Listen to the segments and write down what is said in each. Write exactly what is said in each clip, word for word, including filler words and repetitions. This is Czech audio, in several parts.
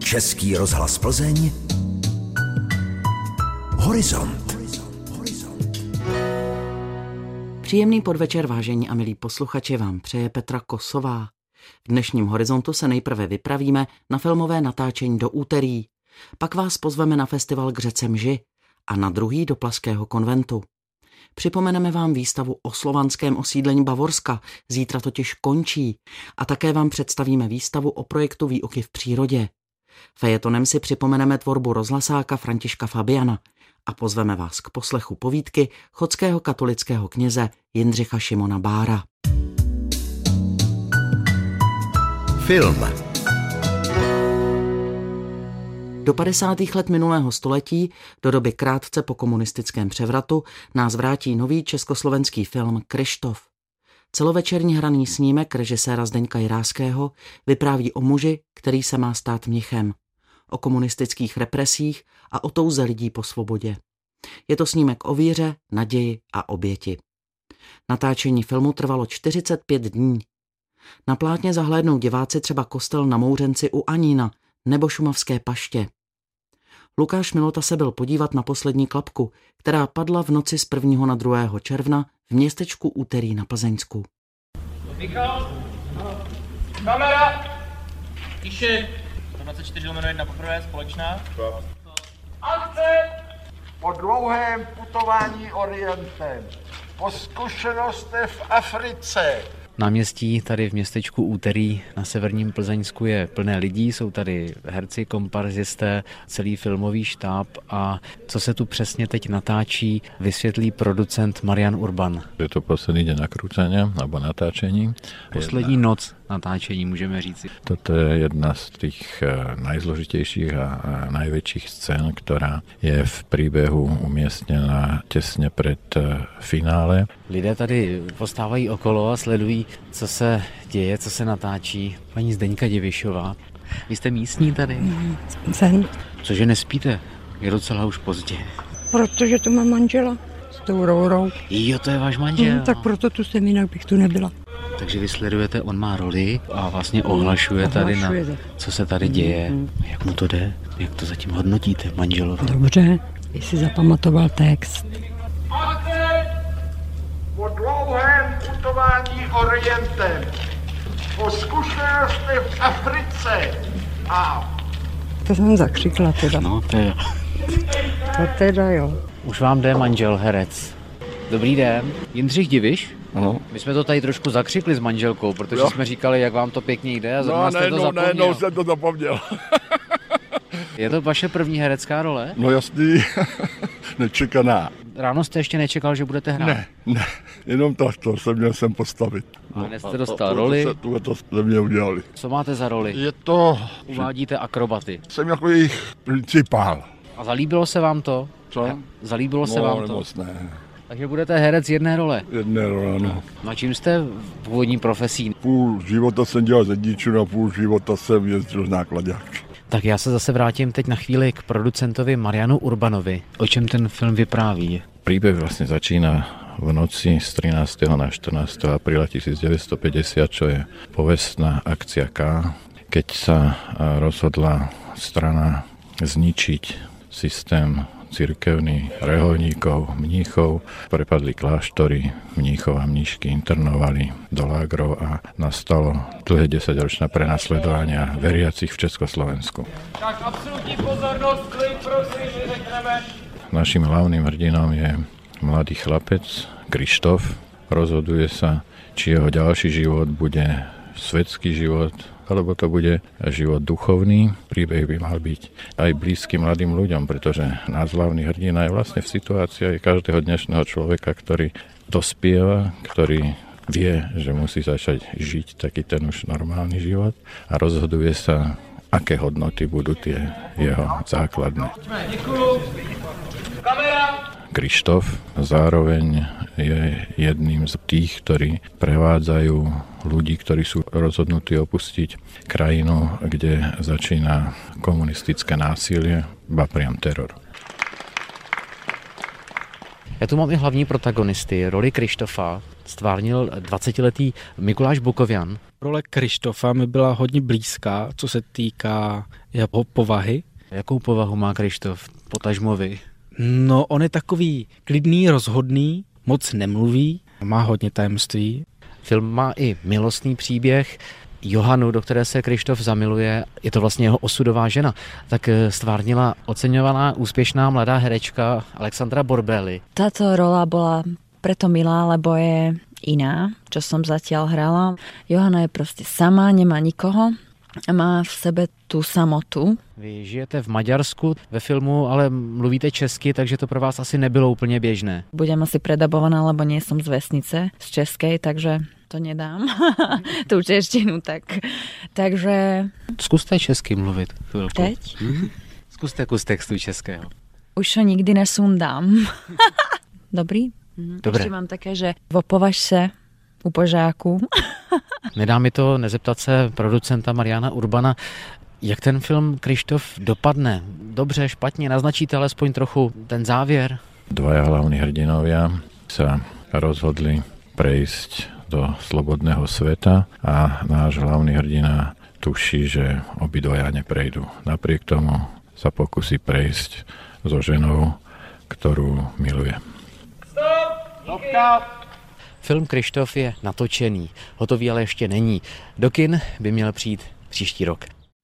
Český rozhlas Plzeň. Horizont. Příjemný podvečer, vážení a milí posluchači, vám přeje Petra Kosová. V dnešním Horizontu se nejprve vypravíme na filmové natáčení do úterý, pak vás pozveme na festival k řece Mži a na druhý do Plaského konventu. Připomeneme vám výstavu o slovanském osídlení Bavorska, zítra totiž končí, a také vám představíme výstavu o projektu výuky v přírodě. Fejetonem si připomeneme tvorbu rozhlasáka Františka Fabiana a pozveme vás k poslechu povídky chodského katolického kněze Jindřicha Šimona Bára. Film. Do padesátých let minulého století, do doby krátce po komunistickém převratu, nás vrátí nový československý film Kryštof. Celovečerní hraný snímek režiséra Zdeňka Jiráského vypráví o muži, který se má stát mnichem, o komunistických represích a o touze lidí po svobodě. Je to snímek o víře, naději a oběti. Natáčení filmu trvalo čtyřicet pět dní. Na plátně zahlédnou diváci třeba kostel na Mouřenci u Anína nebo Šumavské Paště. Lukáš Milota se byl podívat na poslední klapku, která padla v noci z prvního na druhého června v městečku Úterý na Plzeňsku. Michal, kamera, tiše, dvacet čtyři lomeno jedna poprvé, společná. Akce! Po dlouhém putování orientem, po zkušenostech v Africe. Náměstí tady v městečku Úterý na severním Plzeňsku je plné lidí, jsou tady herci, komparzisté, celý filmový štáb a co se tu přesně teď natáčí, vysvětlí producent Marian Urban. Je to poslední den nakrúcania nebo natáčení. Poslední jedna... noc natáčení, můžeme říci. Toto je jedna z tých najzložitejších a najväčších scén, ktorá je v príbehu umiestnená tesne pred finále. Lidé tady postávají okolo a sledují, co se děje, co se natáčí. Paní Zdeňka Divišová, vy jste místní tady? Jsem. Cože nespíte? Je docela už pozdě. Protože tu mám manžela s tou Rourou. Jo, to je váš manžel. Hmm, tak proto tu jsem, jinak bych tu nebyla. Takže vy sledujete, on má roli a vlastně ohlašuje tady, na, co se tady děje. Hmm. Jak mu to jde? Jak to zatím hodnotíte, manželovi? Dobře, jestli zapamatoval text. Akce! Po dlouhém putování orientem, po zkušenostech v Africe a... To jsem zakřikla teda. No, teda. To teda jo. Už vám jde manžel, herec. Dobrý den. Jindřich Diviš? Ano. My jsme to tady trošku zakřikli s manželkou, protože jo. jsme říkali, jak vám to pěkně jde a zrovna no, jste to zapomněl. Najednou jsem to zapomněl. Je to vaše první herecká role? No jasný, nečekaná. Ráno jste ještě nečekal, že budete hrát? Ne, ne, jenom takto se měl jsem postavit. A dnes jste dostal roli? Tuhle to jste mě udělali. Co máte za roli? Je to... Uvádíte akrobaty. Jsem jako jejich principál. A zalíbilo se vám to? Co? Zalíbilo se no, vám to? Moc ne. Takže budete herec jedné role? Jedné role, no. A čím jste původní profesí? Půl života jsem dělal zedniču, a půl života jsem jezdil z náklaďák. Tak já se zase vrátím teď na chvíli k producentovi Marianu Urbanovi. O čem ten film vypráví? Príbeh vlastne začína v noci z trinásteho na štrnásteho apríla tisícdeväťstopäťdesiat, čo je povestná akcia K, keď sa rozhodla strana zničiť systém cirkevný, reholníkov, mníchov. Prepadli kláštory, mníchov a mníšky internovali do lágrov a nastalo dlhé desaťročné prenasledovania veriacich v Československu. Tak absolútní pozornosť, klid, prosím, řekneme. Naším hlavným hrdinom je mladý chlapec, Kryštof. Rozhoduje sa, či jeho ďalší život bude svetský život, alebo to bude život duchovný. Príbeh by mal byť aj blízky mladým ľuďom, pretože náš hlavný hrdina je vlastne v situácii každého dnešného človeka, ktorý dospieva, ktorý vie, že musí začať žiť taký ten už normálny život a rozhoduje sa, aké hodnoty budú tie jeho základné. Děkuju. Kamera. Kryštof zároveň je jedným z tých, ktorí prevádzajú ľudí, ktorí sú rozhodnutí opustiť krajinu, kde začína komunistické násilie, ba priam teror. Já tu mám i hlavní protagonisty. Roli Kryštofa stvárnil dvacetiletý Mikuláš Bukovian. Role Krištofa mi byla hodně blízká, co se týká jeho povahy. Jakou povahu má Krištof, potažmo vy? No, on je takový klidný, rozhodný, moc nemluví, má hodně tajemství. Film má i milostný příběh. Johanu, do které se Krištof zamiluje, je to vlastně jeho osudová žena, tak stvárnila oceňovaná úspěšná mladá herečka Alexandra Borbeli. Táto rola bola preto milá, lebo je iná, čo som zatiaľ hrala. Johana je proste sama, nemá nikoho a má v sebe tu samotu. Vy žijete v Maďarsku, ve filmu ale mluvíte česky, takže to pro vás asi nebylo úplně běžné. Budem asi predabovaná, lebo nie som z vesnice, z českej, takže to nedám. Tu češtinu, tak. Takže... Zkuste česky mluvit chvilku. Teď? Hm? Zkuste kus textu českého. Už ho nikdy nesundám. Dobrý? Dobré. Ještě mám také, že opovaž se u požáku. Nedá mi to nezeptat se producenta Mariana Urbana, jak ten film Krištof dopadne. Dobře, špatně, naznačíte alespoň trochu ten závěr? Dvaja hlavní hrdinovia sa rozhodli prejsť do slobodného sveta a náš hlavný hrdina tuší, že obidvaja neprejdú. Napriek tomu sa pokusí prejsť so ženou, ktorú miluje. Film Krištof je natočený, hotový ale ještě není. Do kin by měl přijít příští rok.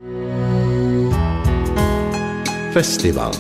Festival.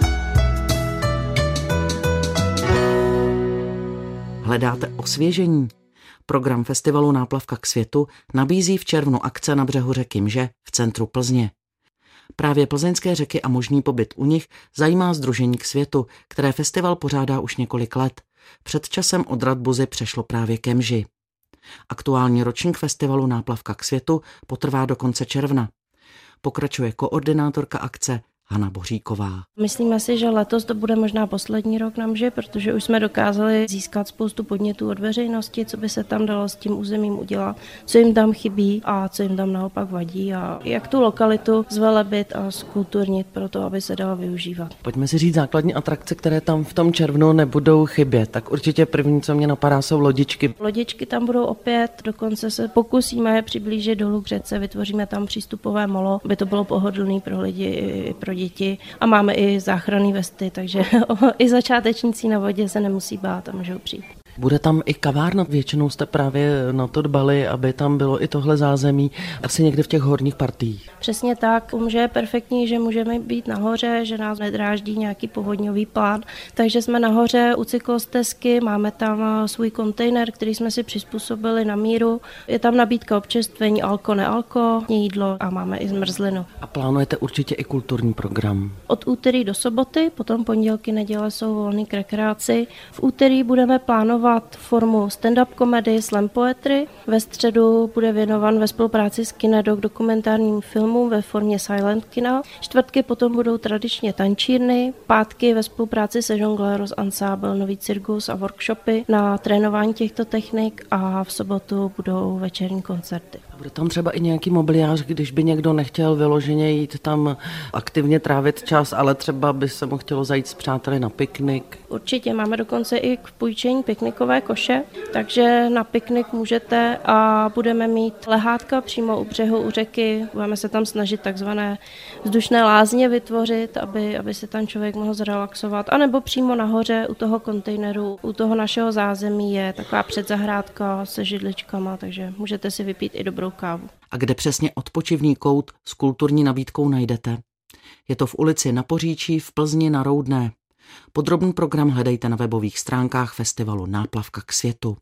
Hledáte osvěžení? Program festivalu Náplavka k světu nabízí v červnu akce na břehu řeky Mže v centru Plzně. Právě plzeňské řeky a možný pobyt u nich zajímá Sdružení k světu, které festival pořádá už několik let. Před časem od Radbuzy přešlo právě ke Mži. Aktuální ročník festivalu Náplavka k světu potrvá do konce června. Pokračuje koordinátorka akce Hana Boříková. Myslíme si, že letos to bude možná poslední rok na Mži, protože už jsme dokázali získat spoustu podnětů od veřejnosti, co by se tam dalo s tím územím udělat, co jim tam chybí a co jim tam naopak vadí a jak tu lokalitu zvelebit a zkulturnit pro to, aby se dalo využívat. Pojďme si říct základní atrakce, které tam v tom červnu nebudou chybět. Tak určitě první, co mě napadá, jsou lodičky. Lodičky tam budou opět, dokonce se pokusíme přiblížit dolů k řece, vytvoříme tam přístupové molo, aby to bylo pohodlné pro lidi i pro děti a máme i záchranné vesty, takže i začátečníci na vodě se nemusí bát a můžou přijít. Bude tam i kavárna, většinou jste právě na to dbali, aby tam bylo i tohle zázemí, asi někde v těch horních partiích. Přesně tak, že je perfektní, že můžeme být nahoře, že nás nedráždí nějaký povodňový plán, takže jsme nahoře u cyklostezky, máme tam svůj kontejner, který jsme si přizpůsobili na míru, je tam nabídka občerstvení alko, nealko, jídlo a máme i zmrzlinu. A plánujete určitě i kulturní program? Od úterý do soboty, potom pondělky, neděle jsou volný k rekreaci. V úterý budeme plánovat formu stand-up komedy, slam poetry. Ve středu bude věnovan ve spolupráci s Kinedok dokumentárním filmům ve formě silent kina. Čtvrtky potom budou tradičně tančírny, pátky ve spolupráci se Jongleros Ensemble, nový cirkus a workshopy na trénování těchto technik a v sobotu budou večerní koncerty. Bude tam třeba i nějaký mobiliář, když by někdo nechtěl vyloženě jít tam aktivně trávit čas, ale třeba by se mu chtělo zajít s přáteli na piknik? Určitě, máme dokonce i k půjčení piknikové koše, takže na piknik můžete a budeme mít lehátka přímo u břehu, u řeky. Budeme se tam snažit takzvané vzdušné lázně vytvořit, aby, aby se tam člověk mohl zrelaxovat. A nebo přímo nahoře u toho kontejneru, u toho našeho zázemí je taková předzahrádka se židličkama, takže můžete si vypít i dobrou kávu. A kde přesně odpočivný kout s kulturní nabídkou najdete? Je to v ulici Na Poříčí v Plzni na Roudné. Podrobný program hledejte na webových stránkách festivalu Náplavka k světu.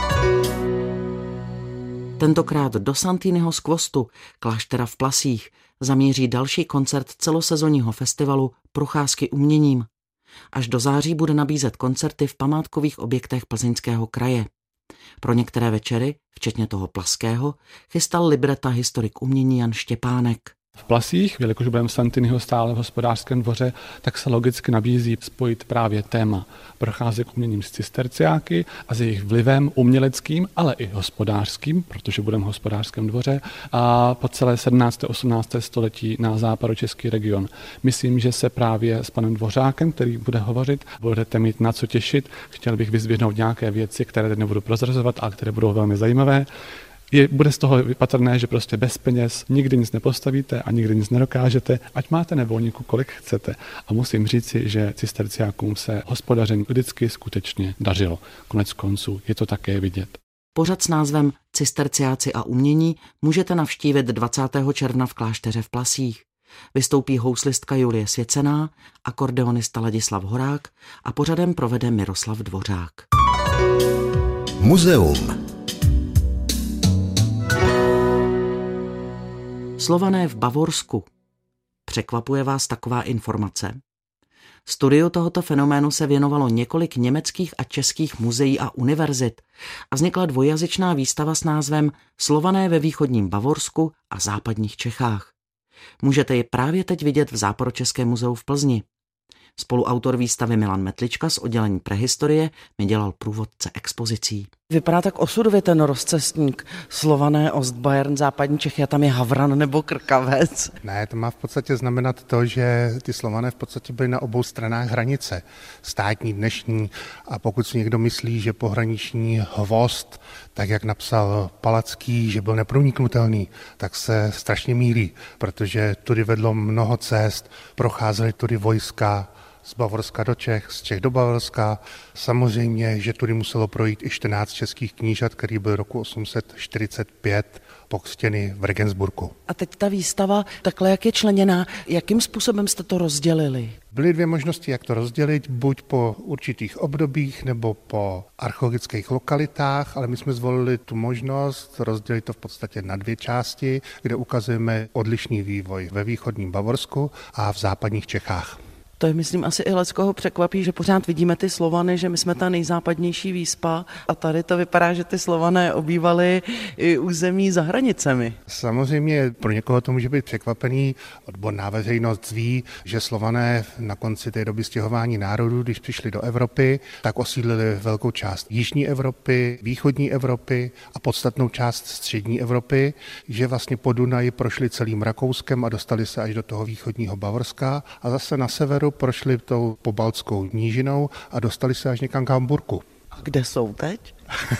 Tentokrát do Santýnyho skvostu, kláštera v Plasích, zamíří další koncert celosezonního festivalu Procházky uměním. Až do září bude nabízet koncerty v památkových objektech Plzeňského kraje. Pro některé večery, včetně toho plaského, chystal libreta historik umění Jan Štěpánek. V Plasích, jelikož budeme v Santýnyho stále v hospodářském dvoře, tak se logicky nabízí spojit právě téma procházek uměním s cisterciáky a s jejich vlivem uměleckým, ale i hospodářským, protože budeme v hospodářském dvoře, a po celé sedmnácté a osmnácté století na západočeský region. Myslím, že se právě s panem Dvořákem, který bude hovořit, budete mít na co těšit. Chtěl bych vyzvěhnout nějaké věci, které teď nebudu prozrazovat, ale které budou velmi zajímavé. Je, bude z toho patrné, že prostě bez peněz nikdy nic nepostavíte a nikdy nic nedokážete, ať máte nevolníků kolik chcete. A musím říci, že cisterciákům se hospodaření vždycky skutečně dařilo. Konec konců je to také vidět. Pořad s názvem Cisterciáci a umění můžete navštívit dvacátého června v klášteře v Plasích. Vystoupí houslistka Julie Svěcená, akordeonista Ladislav Horák a pořadem provede Miroslav Dvořák. Muzeum. Slované v Bavorsku. Překvapuje vás taková informace? Studiu tohoto fenoménu se věnovalo několik německých a českých muzeí a univerzit a vznikla dvojjazyčná výstava s názvem Slované ve východním Bavorsku a západních Čechách. Můžete ji právě teď vidět v Západočeském muzeu v Plzni. Spoluautor výstavy Milan Metlička z oddělení prehistorie mi dělal průvodce expozicí. Vypadá tak osudově ten rozcestník. Slované, Ostbayern, západní Čechy a tam je Havran nebo Krkavec. Ne, to má v podstatě znamenat to, že ty Slované v podstatě byly na obou stranách hranice. Státní, dnešní. A pokud si někdo myslí, že pohraniční hvozd, tak jak napsal Palacký, že byl neproniknutelný, tak se strašně mýlí, protože tudy vedlo mnoho cest, procházely tudy vojska, z Bavorska do Čech, z Čech do Bavorska. Samozřejmě, že tudy muselo projít i čtrnáct českých knížat, který byl roku osm set čtyřicet pět pokřtěny v Regensburgu. A teď ta výstava, takhle jak je členěná, jakým způsobem jste to rozdělili? Byly dvě možnosti, jak to rozdělit, buď po určitých obdobích nebo po archeologických lokalitách, ale my jsme zvolili tu možnost rozdělit to v podstatě na dvě části, kde ukazujeme odlišný vývoj ve východním Bavorsku a v západních Čechách. To je, myslím, asi i leckoho překvapí, že pořád vidíme ty Slovany, že my jsme ta nejzápadnější výspa a tady to vypadá, že ty Slované obývali i území za hranicemi. Samozřejmě pro někoho to může být překvapený. Odborná veřejnost ví, že Slované na konci té doby stěhování národů, když přišli do Evropy, tak osídlili velkou část jižní Evropy, východní Evropy a podstatnou část střední Evropy, že vlastně po Dunaji prošli celým Rakouskem a dostali se až do toho východního Bavorska a zase na severu prošli tou pobaltskou nížinou a dostali se až někam k Hamburku. A kde jsou teď?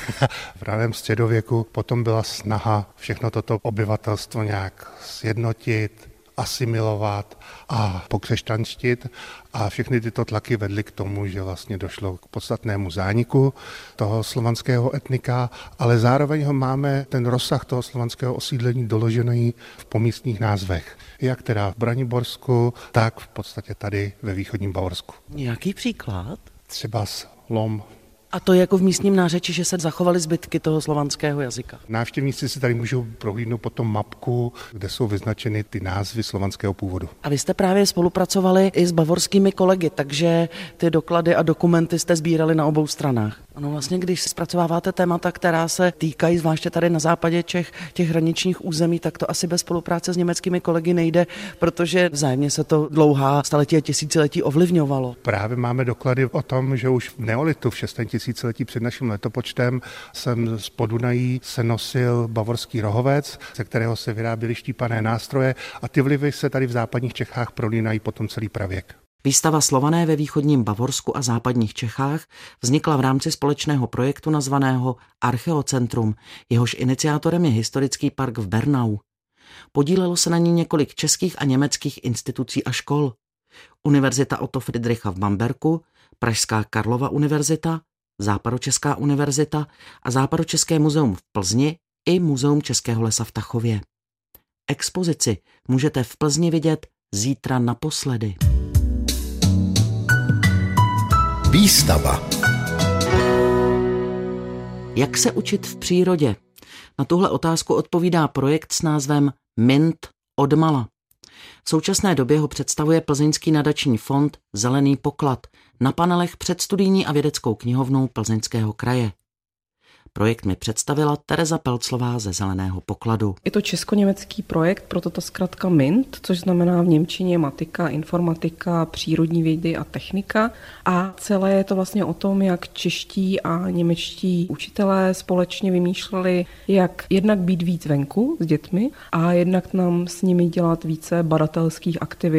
V raném středověku potom byla snaha všechno toto obyvatelstvo nějak sjednotit, asimilovat a pokřesťanštit a všechny tyto tlaky vedly k tomu, že vlastně došlo k podstatnému zániku toho slovanského etnika, ale zároveň ho máme ten rozsah toho slovanského osídlení doložený v pomístních názvech. Jak teda v Braniborsku, tak v podstatě tady ve východním Bavorsku. Jaký příklad? Třeba Lom. A to je jako v místním nářeči, že se zachovaly zbytky toho slovanského jazyka. Návštěvníci si tady můžou prohlídnout potom mapku, kde jsou vyznačeny ty názvy slovanského původu. A vy jste právě spolupracovali i s bavorskými kolegy, takže ty doklady a dokumenty jste sbírali na obou stranách. Ano, vlastně když zpracováváte témata, která se týkají zvláště tady na západě Čech, těch hraničních území, tak to asi bez spolupráce s německými kolegy nejde, protože vzájemně se to dlouhá staletí a tisíciletí ovlivňovalo. Právě máme doklady o tom, že už v neolitu v šestém tisíciletí před naším letopočtem sem z Podunají se nosil bavorský rohovec, ze kterého se vyráběly štípané nástroje a ty vlivy se tady v západních Čechách prolínají potom celý pravěk. Výstava Slované ve východním Bavorsku a západních Čechách vznikla v rámci společného projektu nazvaného Archeocentrum, jehož iniciátorem je historický park v Bernau. Podílelo se na ní několik českých a německých institucí a škol. Univerzita Otto Friedricha v Bamberku, Pražská Karlova univerzita, Západočeská univerzita a Západočeské muzeum v Plzni i Muzeum Českého lesa v Tachově. Expozici můžete v Plzni vidět zítra naposledy. Výstava. Jak se učit v přírodě? Na tuhle otázku odpovídá projekt s názvem Mint odmala. V současné době ho představuje plzeňský nadační fond Zelený poklad na panelech před studijní a vědeckou knihovnou Plzeňského kraje. Projekt mi představila Tereza Pelclová ze Zeleného pokladu. Je to česko-německý projekt, proto ta zkratka MINT, což znamená v němčině matika, informatika, přírodní vědy a technika. A celé je to vlastně o tom, jak čeští a němečtí učitelé společně vymýšleli, jak jednak být víc venku s dětmi a jednak nám s nimi dělat více badatelských aktivit v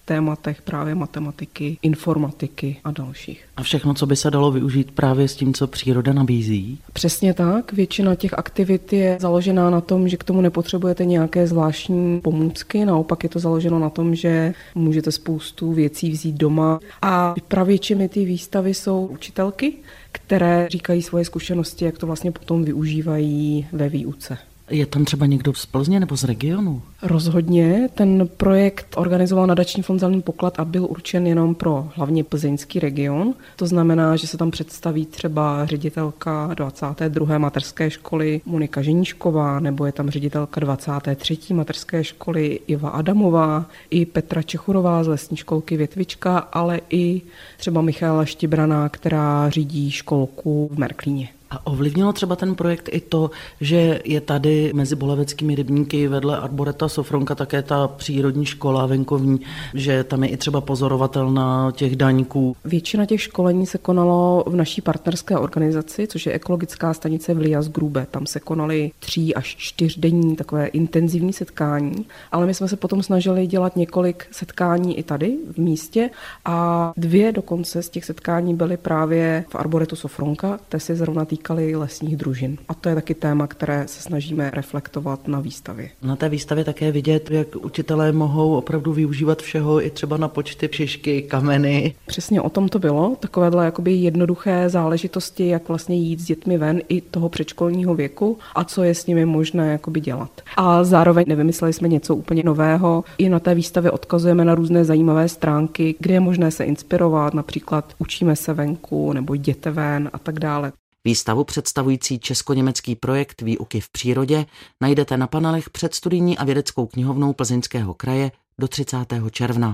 tématech právě matematiky, informatiky a dalších. A všechno, co by se dalo využít právě s tím, co příroda nabízí? Přesně tak. Většina těch aktivit je založená na tom, že k tomu nepotřebujete nějaké zvláštní pomůcky. Naopak je to založeno na tom, že můžete spoustu věcí vzít doma. A pravěčemi ty výstavy jsou učitelky, které říkají svoje zkušenosti, jak to vlastně potom využívají ve výuce. Je tam třeba někdo z Plzně nebo z regionu? Rozhodně. Ten projekt organizoval Nadační fond Zelený poklad a byl určen jenom pro hlavně plzeňský region. To znamená, že se tam představí třeba ředitelka dvacáté druhé mateřské školy Monika Ženíšková, nebo je tam ředitelka dvacáté třetí mateřské školy Iva Adamová, i Petra Čechurová z lesní školky Větvička, ale i třeba Michaela Štibraná, která řídí školku v Merklíně. A ovlivnilo třeba ten projekt i to, že je tady mezi Boleveckými rybníky vedle Arboreta Sofronka také ta přírodní škola venkovní, že tam je i třeba pozorovatel na těch daňků? Většina těch školení se konalo v naší partnerské organizaci, což je ekologická stanice v Liasgrube. Tam se konaly tří až čtyřdenní takové intenzivní setkání, ale my jsme se potom snažili dělat několik setkání i tady v místě a dvě dokonce z těch setkání byly právě v Arboretu Sofronka, které se zrovna týkaly lesních družin. A to je taky téma, které se snažíme reflektovat na výstavě. Na té výstavě také vidět, jak učitelé mohou opravdu využívat všeho, i třeba na počty, šišky, kameny. Přesně o tom to bylo. Takovéhle jakoby jednoduché záležitosti, jak vlastně jít s dětmi ven i toho předškolního věku a co je s nimi možné jakoby dělat. A zároveň nevymysleli jsme něco úplně nového. I na té výstavě odkazujeme na různé zajímavé stránky, kde je možné se inspirovat, například Učíme se venku nebo Jděte ven a tak dále. Výstavu představující česko-německý projekt výuky v přírodě najdete na panelech před studijní a vědeckou knihovnou Plzeňského kraje do třicátého června.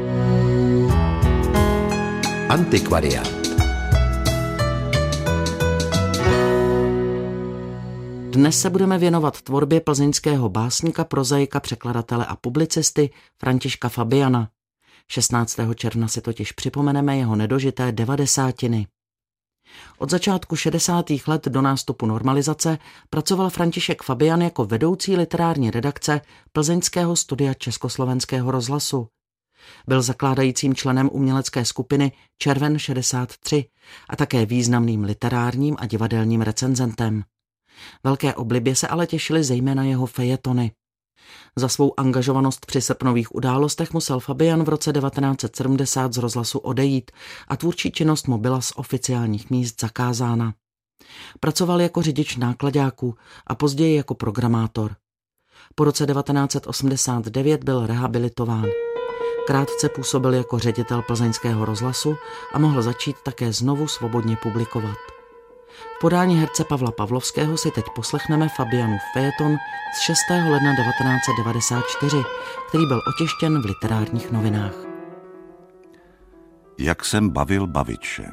Antikvariát. Dnes se budeme věnovat tvorbě plzeňského básníka, prozaika, překladatele a publicisty Františka Fabiana. šestnáctého června si totiž připomeneme jeho nedožité devadesátiny. Od začátku šedesátých let do nástupu normalizace pracoval František Fabian jako vedoucí literární redakce Plzeňského studia Československého rozhlasu. Byl zakládajícím členem umělecké skupiny Červen šedesát tři a také významným literárním a divadelním recenzentem. Velké oblibě se ale těšily zejména jeho fejetony. Za svou angažovanost při srpnových událostech musel Fabian v roce devatenáct set sedmdesát z rozhlasu odejít a tvůrčí činnost mu byla z oficiálních míst zakázána. Pracoval jako řidič náklaďáků a později jako programátor. Po roce devatenáct set osmdesát devět byl rehabilitován. Krátce působil jako ředitel Plzeňského rozhlasu a mohl začít také znovu svobodně publikovat. V podání herce Pavla Pavlovského si teď poslechneme Fabianův fejeton z šestého ledna devatenáct set devadesát čtyři, který byl otištěn v Literárních novinách. Jak jsem bavil baviče.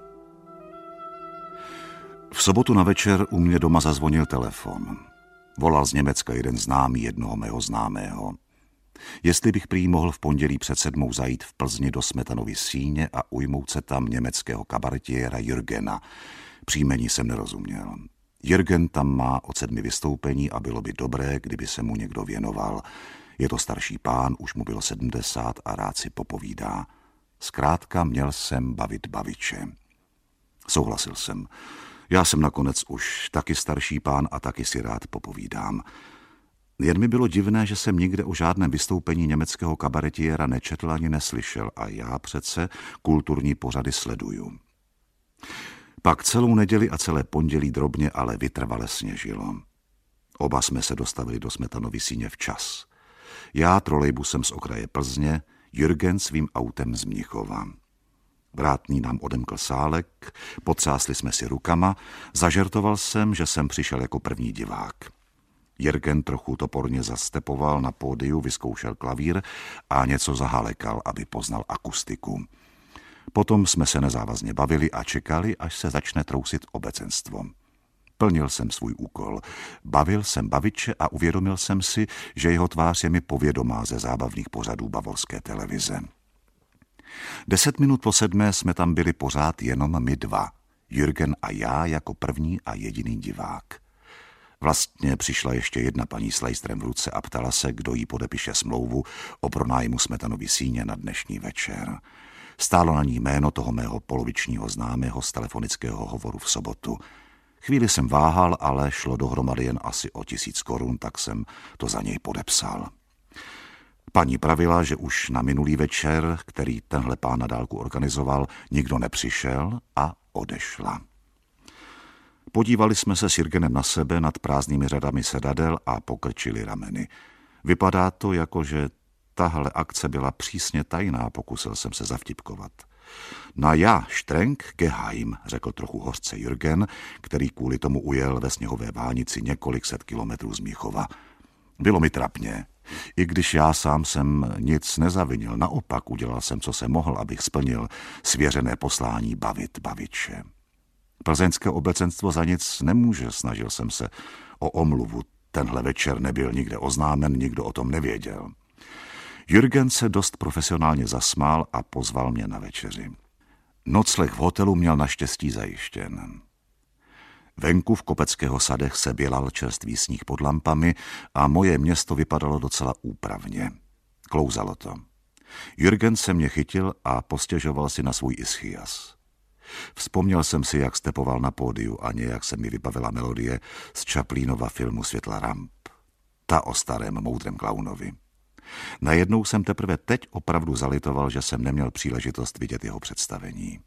V sobotu na večer u mě doma zazvonil telefon. Volal z Německa jeden známý jednoho mého známého. Jestli bych prý mohl v pondělí před sedmou zajít v Plzni do Smetanovy síně a ujmout se tam německého kabaretiéra Jürgena. Příjmení jsem nerozuměl. Jürgen tam má od sedmi vystoupení a bylo by dobré, kdyby se mu někdo věnoval. Je to starší pán, už mu bylo sedmdesát a rád si popovídá. Zkrátka měl jsem bavit baviče. Souhlasil jsem. Já jsem nakonec už taky starší pán a taky si rád popovídám. Jen mi bylo divné, že jsem nikde o žádném vystoupení německého kabaretiéra nečetl ani neslyšel a já přece kulturní pořady sleduju. Pak celou neděli a celé pondělí drobně, ale vytrvale sněžilo. Oba jsme se dostavili do Smetanovy síně včas. Já trolejbusem z okraje Plzně, Jürgen svým autem z Mnichova. Vrátný nám odemkl sálek, potřásli jsme si rukama, zažertoval jsem, že jsem přišel jako první divák. Jürgen trochu toporně zastepoval na pódiu, vyzkoušel klavír a něco zahalekal, aby poznal akustiku. Potom jsme se nezávazně bavili a čekali, až se začne trousit obecenstvo. Plnil jsem svůj úkol. Bavil jsem baviče a uvědomil jsem si, že jeho tvář je mi povědomá ze zábavných pořadů bavorské televize. Deset minut po sedmé jsme tam byli pořád jenom my dva. Jürgen a já jako první a jediný divák. Vlastně přišla ještě jedna paní s lejstrem v ruce a ptala se, kdo jí podepíše smlouvu o pronájmu Smetanovy síně na dnešní večer. Stálo na ní jméno toho mého polovičního známého z telefonického hovoru v sobotu. Chvíli jsem váhal, ale šlo dohromady jen asi o tisíc korun, tak jsem to za něj podepsal. Paní pravila, že už na minulý večer, který tenhle pán na dálku organizoval, nikdo nepřišel a odešla. Podívali jsme se s Jürgenem na sebe nad prázdnými řadami sedadel a pokrčili rameny. Vypadá to, jako že tahle akce byla přísně tajná, pokusil jsem se zavtipkovat. Na já, streng geheim, řekl trochu hořce Jürgen, který kvůli tomu ujel ve sněhové vánici několik set kilometrů z Mnichova. Bylo mi trapně. I když já sám jsem nic nezavinil, naopak udělal jsem, co jsem mohl, abych splnil svěřené poslání bavit baviče. Plzeňské obecenstvo za nic nemůže, snažil jsem se o omluvu. Tenhle večer nebyl nikde oznámen, nikdo o tom nevěděl. Jürgen se dost profesionálně zasmál a pozval mě na večeři. Nocleh v hotelu měl naštěstí zajištěn. Venku v Kopeckého sadech se bělal čerstvý sníh pod lampami a moje město vypadalo docela úpravně. Klouzalo to. Jürgen se mě chytil a postěžoval si na svůj ischias. Vzpomněl jsem si, jak stepoval na pódiu a nějak se mi vybavila melodie z Chaplínova filmu Světla ramp. Ta o starém moudrém klaunovi. Najednou jsem teprve teď opravdu zalitoval, že jsem neměl příležitost vidět jeho představení.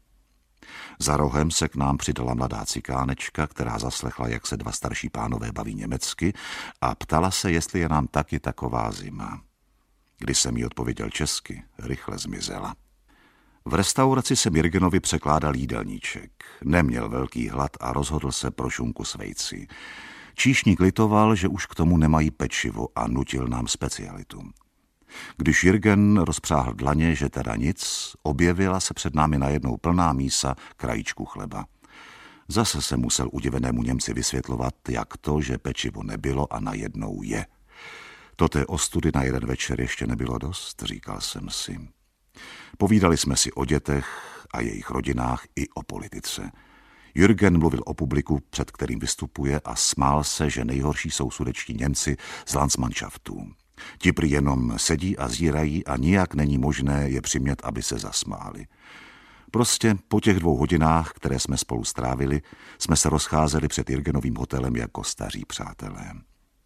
Za rohem se k nám přidala mladá cikánečka, která zaslechla, jak se dva starší pánové baví německy a ptala se, jestli je nám taky taková zima. Když jsem jí odpověděl česky, rychle zmizela. V restauraci jsem Jürgenovi překládal jídelníček. Neměl velký hlad a rozhodl se pro šunku s vejci. Číšník litoval, že už k tomu nemají pečivo a nutil nám specialitu. Když Jürgen rozpřáhl dlaně, že teda nic, objevila se před námi najednou plná mísa krajíčku chleba. Zase se musel udivenému Němci vysvětlovat, jak to, že pečivo nebylo a najednou je. To té ostudy na jeden večer ještě nebylo dost, říkal jsem si. Povídali jsme si o dětech a jejich rodinách i o politice. Jürgen mluvil o publiku, před kterým vystupuje a smál se, že nejhorší jsou sudetští Němci z Landsmannschaftů. Ti prý jenom sedí a zírají a nijak není možné je přimět, aby se zasmáli. Prostě po těch dvou hodinách, které jsme spolu strávili, jsme se rozcházeli před Jürgenovým hotelem jako staří přátelé.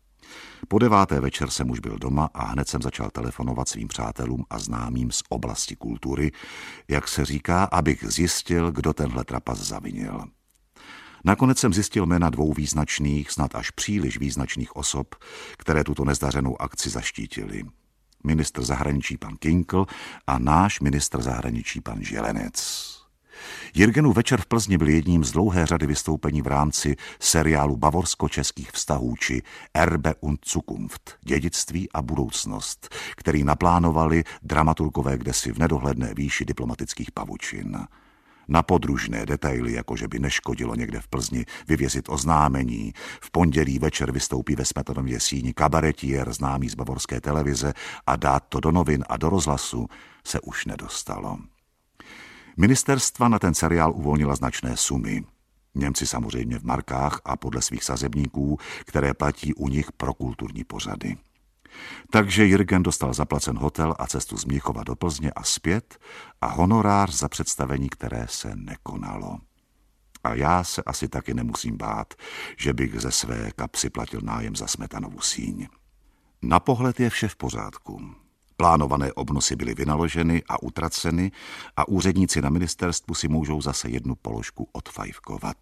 Po deváté večer jsem už byl doma a hned jsem začal telefonovat svým přátelům a známým z oblasti kultury, jak se říká, abych zjistil, kdo tenhle trapas zavinil. Nakonec jsem zjistil jména dvou význačných, snad až příliš význačných osob, které tuto nezdařenou akci zaštítili. Ministr zahraničí pan Kinkl a náš ministr zahraničí pan Želenec. Jürgenův večer v Plzni byl jedním z dlouhé řady vystoupení v rámci seriálu bavorsko-českých vztahů či Erbe und Zukunft, dědictví a budoucnost, který naplánovali dramaturgové kdesi v nedohledné výši diplomatických pavučin. Na podružné detaily, jakože by neškodilo někde v Plzni vyvěsit oznámení. V pondělí večer vystoupí ve Smetanově síni kabaretiér známý z bavorské televize a dát to do novin a do rozhlasu se už nedostalo. Ministerstva na ten seriál uvolnila značné sumy. Němci samozřejmě v markách a podle svých sazebníků, které platí u nich pro kulturní pořady. Takže Jürgen dostal zaplacen hotel a cestu z Mnichova do Plzně a zpět a honorář za představení, které se nekonalo. A já se asi taky nemusím bát, že bych ze své kapsy platil nájem za Smetanovu síň. Na pohled je vše v pořádku. Plánované obnosy byly vynaloženy a utraceny a úředníci na ministerstvu si můžou zase jednu položku odfajfkovat.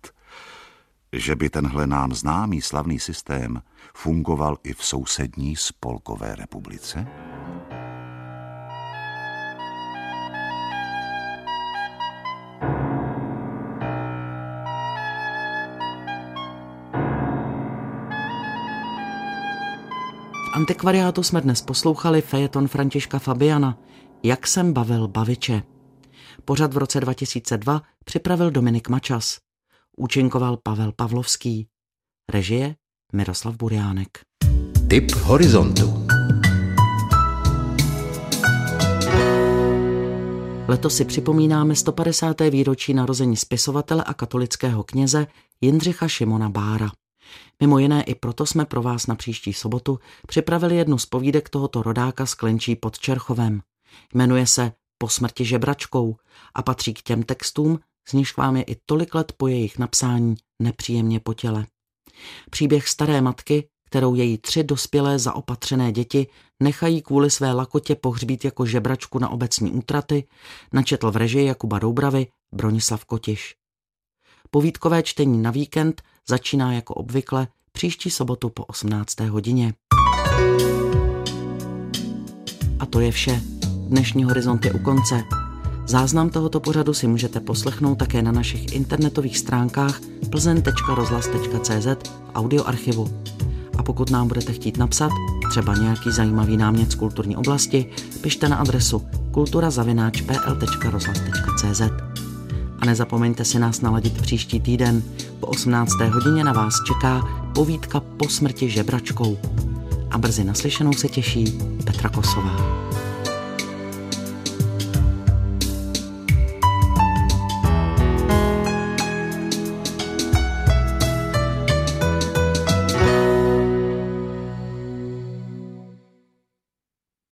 Že by tenhle nám známý slavný systém fungoval i v sousední Spolkové republice? V antikvariátu jsme dnes poslouchali fejeton Františka Fabiana Jak jsem bavil baviče. Pořad v roce dva tisíce dva připravil Dominik Mačas. Účinkoval Pavel Pavlovský. Režie Miroslav Burjánek. Tip horizontu. Letos si připomínáme sto padesáté výročí narození spisovatele a katolického kněze Jindřicha Šimona Bára. Mimo jiné i proto jsme pro vás na příští sobotu připravili jednu z povídek tohoto rodáka z Klenčí pod Čerchovem. Jmenuje se Po smrti žebračkou a patří k těm textům, z nichž vám je i tolik let po jejich napsání nepříjemně po těle. Příběh staré matky, kterou její tři dospělé zaopatřené děti nechají kvůli své lakotě pohřbít jako žebračku na obecní útraty, načetl v režii Jakuba Doubravy Bronislav Kotiš. Povídkové čtení na víkend začíná jako obvykle příští sobotu po osmnácté hodině. A to je vše. Dnešní Horizont je u konce. Záznam tohoto pořadu si můžete poslechnout také na našich internetových stránkách plzeň tečka rozhlas tečka cé zet v audioarchivu. A pokud nám budete chtít napsat třeba nějaký zajímavý námět z kulturní oblasti, pište na adresu kultura zavináč p l tečka rozhlas tečka cé zet. A nezapomeňte si nás naladit příští týden. Po osmnácté hodině na vás čeká povídka Po smrti žebračkou. A brzy naslyšenou se těší Petra Kosová.